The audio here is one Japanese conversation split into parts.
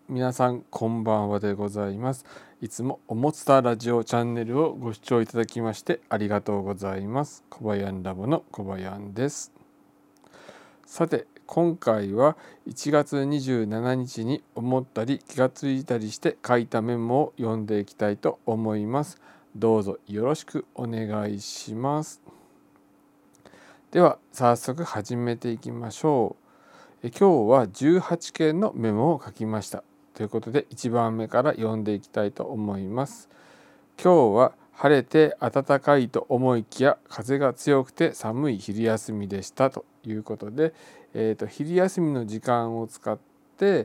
皆さんこんばんはでございます。いつもおもつたラジオチャンネルをご視聴いただきましてありがとうございます。小林ラボの小林です。さて今回は1月27日に思ったり気がついたりして書いたメモを読んでいきたいと思います。どうぞよろしくお願いします。では早速始めていきましょう。今日は18件のメモを書きました。ということで1番目から読んでいきたいと思います。今日は晴れて暖かいと思いきや風が強くて寒い昼休みでしたということで、昼休みの時間を使って、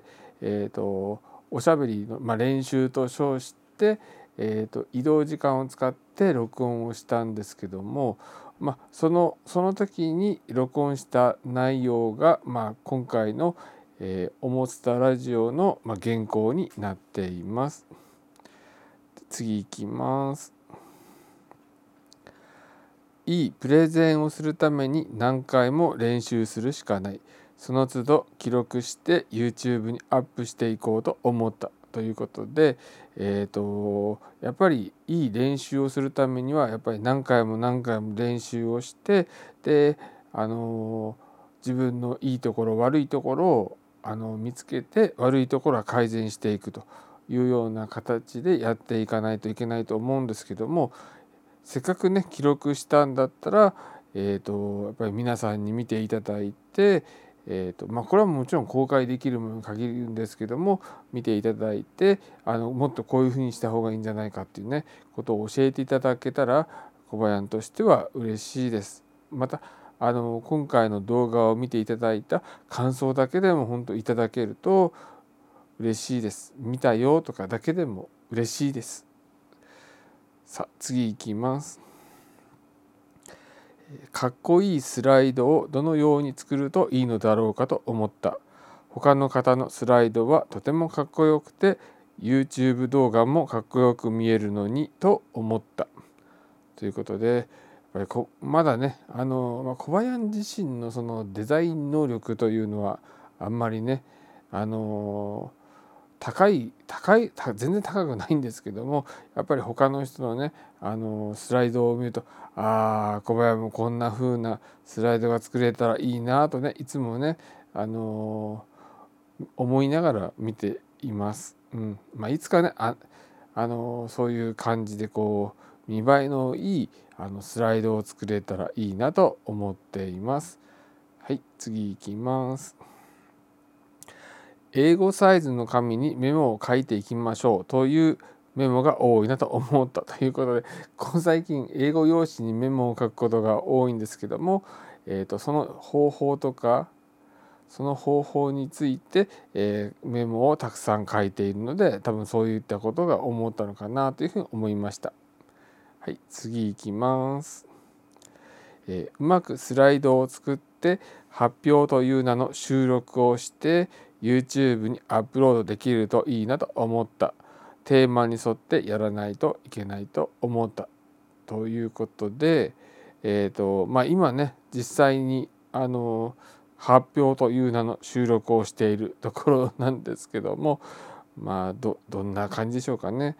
おしゃべりの、練習と称して、移動時間を使って録音をしたんですけども、その時に録音した内容が、今回の、おもつたラジオの、原稿になっています。次いきます。いいプレゼンをするために何回も練習するしかない。その都度記録して YouTube にアップしていこうと思ったということで、やっぱりいい練習をするためにはやっぱり何回も何回も練習をして、で、自分のいいところ悪いところを見つけて、悪いところは改善していくというような形でやっていかないといけないと思うんですけども、せっかくね記録したんだったら、やっぱり皆さんに見ていただいて、これはもちろん公開できるものに限るんですけども、見ていただいてもっとこういうふうにした方がいいんじゃないかっていうねことを教えていただけたら小林としては嬉しいです。また今回の動画を見ていただいた感想だけでも本当いただけると嬉しいです。見たよとかだけでも嬉しいです。さあ次いきます。かっこいいスライドをどのように作るといいのだろうかと思った。他の方のスライドはとてもかっこよくて YouTube 動画もかっこよく見えるのにと思ったということで、やっぱりまだね小林自身のそのデザイン能力というのはあんまりね全然高くないんですけども、やっぱり他の人のねスライドを見ると、小林もこんな風なスライドが作れたらいいなとねいつもね思いながら見ています。いつかねそういう感じで見栄えのいいスライドを作れたらいいなと思っています。はい、次いきます。英語サイズの紙にメモを書いていきましょうというメモが多いなと思ったということで、ここ最近英語用紙にメモを書くことが多いんですけども、その方法とかその方法について、メモをたくさん書いているので、多分そういったことが思ったのかなというふうに思いました。はい、次いきます。うまくスライドを作って発表という名の収録をして YouTube にアップロードできるといいなと思った。テーマに沿ってやらないといけないと思ったということで、今ね実際に発表という名の収録をしているところなんですけども、どんな感じでしょうかね。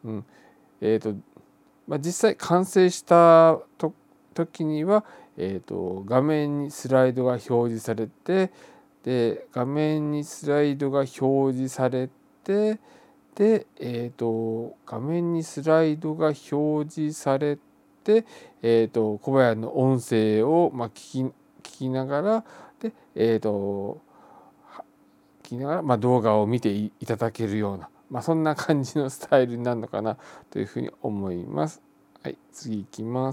実際完成した時には、画面にスライドが表示されて、で画面にスライドが表示されて、で、画面にスライドが表示されて、小林の音声を聞きながらで、聞きながら、動画を見ていただけるような、そんな感じのスタイルになるのかなというふうに思います。はい、次いきます。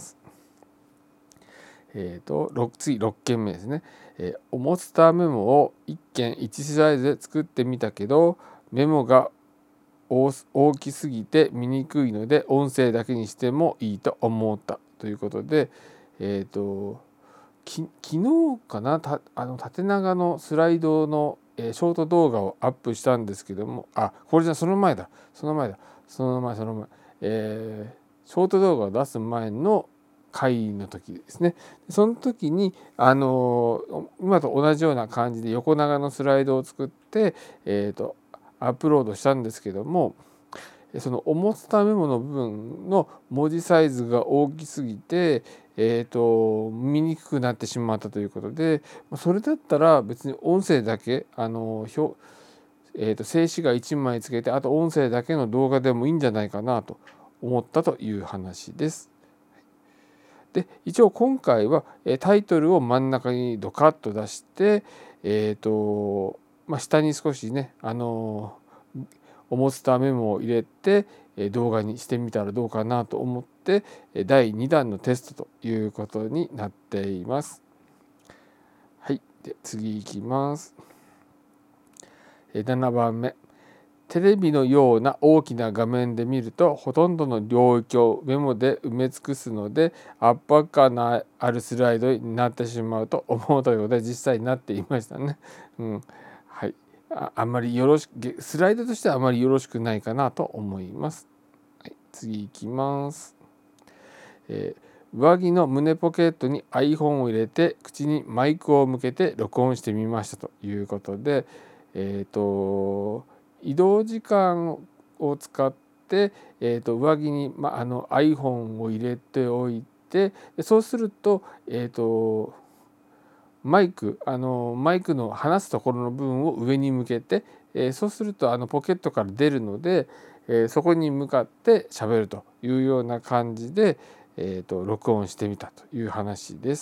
次6件目ですね。おもつたメモを1件1サイズで作ってみたけど、メモが大きすぎて見にくいので音声だけにしてもいいと思ったということで、昨日かな縦長のスライドの、ショート動画をアップしたんですけども、これじゃその前、ショート動画を出す前の会の時ですね。その時に今と同じような感じで横長のスライドを作って、 アップロードしたんですけども、そのおもつたメモの部分の文字サイズが大きすぎて、見にくくなってしまったということで、それだったら別に音声だけ静止画1枚つけて、あと音声だけの動画でもいいんじゃないかなと思ったという話です。で一応今回はタイトルを真ん中にドカッと出して、下に少しねおもつたメモを入れて動画にしてみたらどうかなと思って第2弾のテストということになっています。はい、で次いきます。7番目、テレビのような大きな画面で見るとほとんどの領域をメモで埋め尽くすので圧迫感のあるスライドになってしまうと思うということで、実際になっていましたね。はい、あんまりスライドとしてはあまりよろしくないかなと思います。はい、次いきます。上着の胸ポケットに iPhone を入れて口にマイクを向けて録音してみましたということで、移動時間を使って、上着に、iPhone を入れておいて、そうすると、マイクの話すところの部分を上に向けて、そうするとポケットから出るので、そこに向かって喋るというような感じで、録音してみたという話です。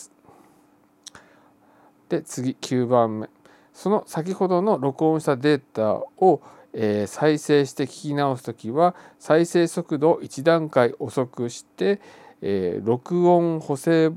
で次9番目、その先ほどの録音したデータを再生して聞き直すときは再生速度を1段階遅くして、録音補正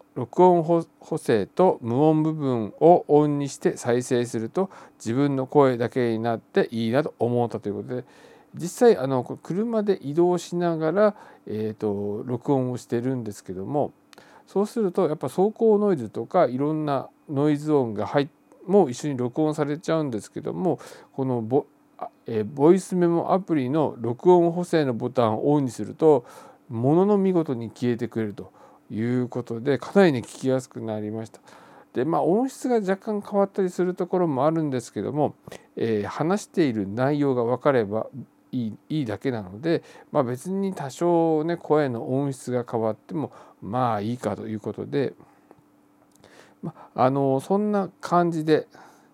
と無音部分をオンにして再生すると自分の声だけになっていいなと思ったということで、実際車で移動しながら、録音をしてるんですけども、そうするとやっぱ走行ノイズとかいろんなノイズ音がもう一緒に録音されちゃうんですけども、このボイスメモアプリの録音補正のボタンをオンにするとものの見事に消えてくれるということで、かなりね聞きやすくなりました。で音質が若干変わったりするところもあるんですけども、話している内容が分かればいいだけなので、別に多少ね声の音質が変わってもいいかということで、そんな感じで、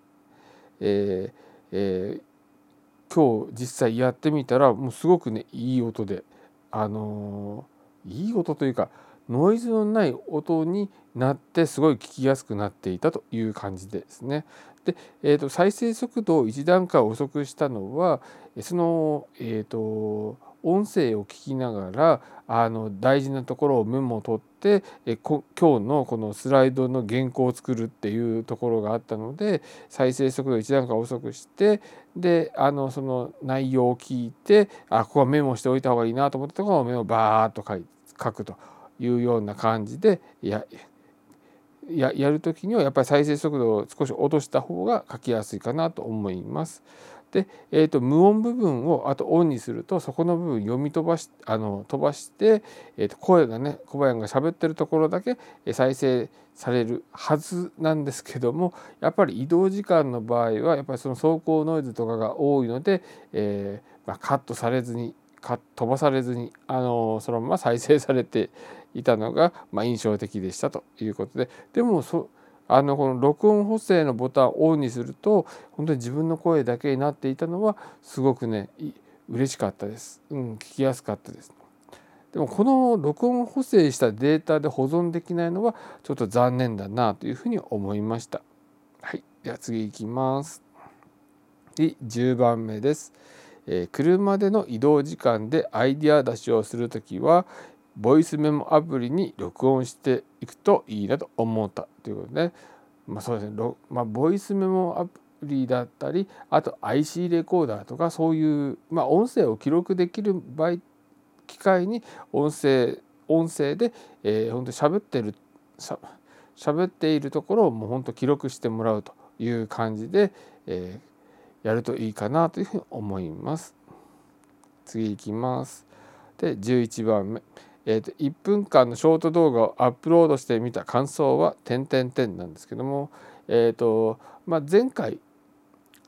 今日実際やってみたらもうすごくねいい音で、いい音というかノイズのない音になってすごい聞きやすくなっていたという感じですね。で、再生速度を1段階遅くしたのはその、音声を聞きながら大事なところをメモを取って今日のこのスライドの原稿を作るっていうところがあったので、再生速度を1段階遅くしてでその内容を聞いてここはメモしておいた方がいいなと思ったところをメモをバーッと書くというような感じでやる時にはやっぱり再生速度を少し落とした方が書きやすいかなと思います。で、無音部分をあとオンにするとそこの部分読み飛ばして、声がね小林が喋ってるところだけ再生されるはずなんですけども、やっぱり移動時間の場合はやっぱりその走行ノイズとかが多いので、カットされずに飛ばされずにそのまま再生されていたのが印象的でしたということで、でもこの録音補正のボタンをオンにすると本当に自分の声だけになっていたのはすごくね嬉しかったです。聞きやすかったです。でもこの録音補正したデータで保存できないのはちょっと残念だなというふうに思いました。はい、では次いきます。で10番目です。車での移動時間でアイデア出しをするときはボイスメモアプリに録音していくといいなと思ったということで、そうですね、ボイスメモアプリだったりあと IC レコーダーとかそういう、音声を記録できる機械に音声で、本当に喋っているところをもう本当記録してもらうという感じで、やるといいかなというふうに思います。次いきます。で11番目、1分間のショート動画をアップロードしてみた感想は…なんですけども、前回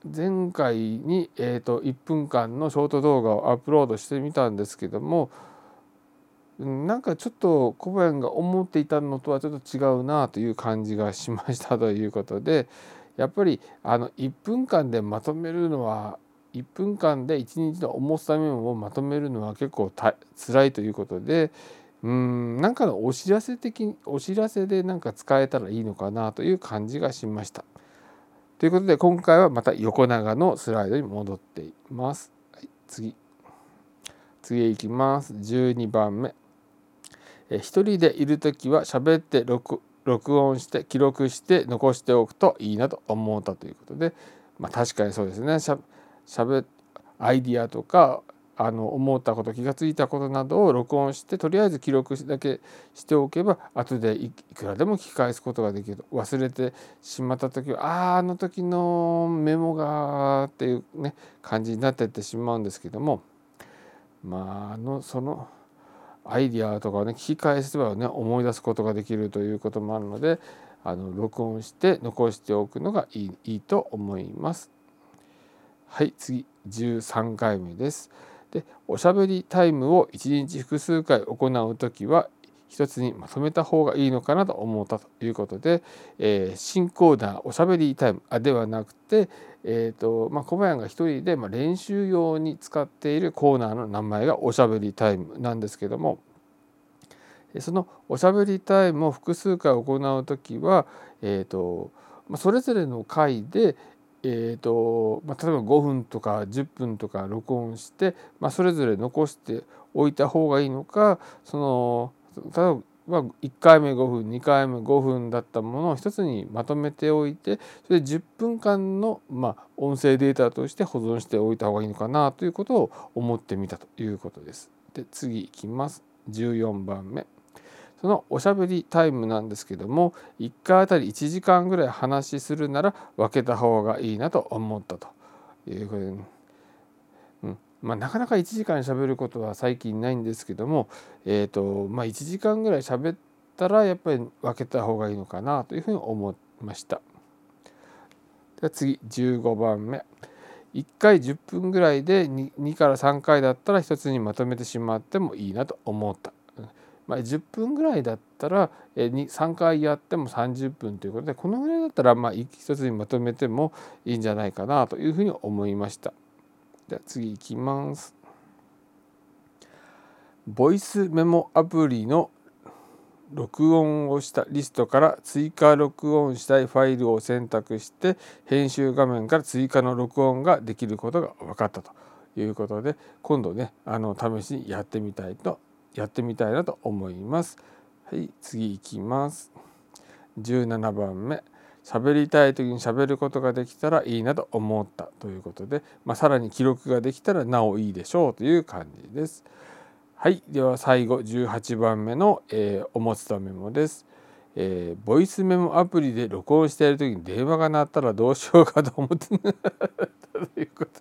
前回に、1分間のショート動画をアップロードしてみたんですけども、なんかちょっと小林が思っていたのとはちょっと違うなという感じがしましたということで、やっぱり1分間でまとめるのは1分間で1日の重さメモをまとめるのは結構辛いということで、なんかのお知らせでなんか使えたらいいのかなという感じがしました。ということで今回はまた横長のスライドに戻っています。はい、次へ行きます。12番目。一人でいるときは喋って録音して記録して残しておくといいなと思ったということで、確かにそうですね。アイディアとか思ったこと、気がついたことなどを録音してとりあえず記録だけしておけば後でいくらでも聞き返すことができる。忘れてしまった時はあの時のメモがっていうね感じになっていってしまうんですけども、そのアイディアとかをね聞き返せばね思い出すことができるということもあるので、録音して残しておくのがいいと思います。はい、次13回目です。で、おしゃべりタイムを1日複数回行うときは一つにまとめた方がいいのかなと思ったということで、新コーナーおしゃべりタイムではなくて、小林が一人で練習用に使っているコーナーの名前がおしゃべりタイムなんですけども、そのおしゃべりタイムを複数回行うときは、それぞれの回で例えば5分とか10分とか録音して、それぞれ残しておいた方がいいのか、例えば1回目5分2回目5分だったものを一つにまとめておいて、それで10分間の、音声データとして保存しておいた方がいいのかなということを思ってみたということです。で、次いきます。14番目。そのおしゃべりタイムなんですけども、1回あたり1時間ぐらい話するなら分けた方がいいなと思ったということで、なかなか1時間喋ることは最近ないんですけども、1時間ぐらい喋ったらやっぱり分けた方がいいのかなというふうに思いました。では次15番目。1回10分ぐらいで 2から3回だったら1つにまとめてしまってもいいなと思った。10分ぐらいだったら3回やっても30分ということで、このぐらいだったら一つにまとめてもいいんじゃないかなというふうに思いました。では次いきます。ボイスメモアプリの録音をしたリストから追加録音したいファイルを選択して編集画面から追加の録音ができることが分かったということで、今度ね試しにやってみたいなと思います。はい、次いきます。17番目。喋りたい時に喋ることができたらいいなと思ったということで、さらに記録ができたらなおいいでしょうという感じです。はい、では最後18番目の、おもつたメモです。ボイスメモアプリで録音している時に電話が鳴ったらどうしようかと思ってということ。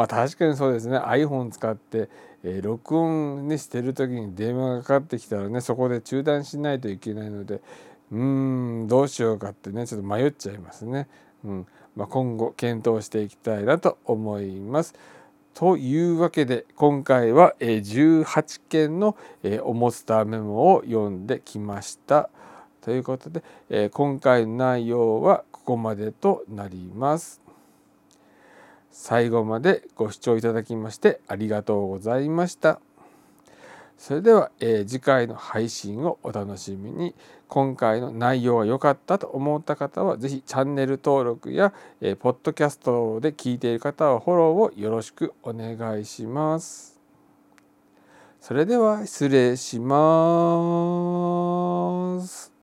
確かにそうですね。 iPhone 使って、録音ねしてる時に電話がかかってきたらね、そこで中断しないといけないので、どうしようかってねちょっと迷っちゃいますね。今後検討していきたいなと思います。というわけで今回は18件のおもつたメモを読んできました。ということで今回の内容はここまでとなります。最後までご視聴いただきましてありがとうございました。それでは次回の配信をお楽しみに。今回の内容が良かったと思った方はぜひチャンネル登録やポッドキャストで聞いている方はフォローをよろしくお願いします。それでは失礼します。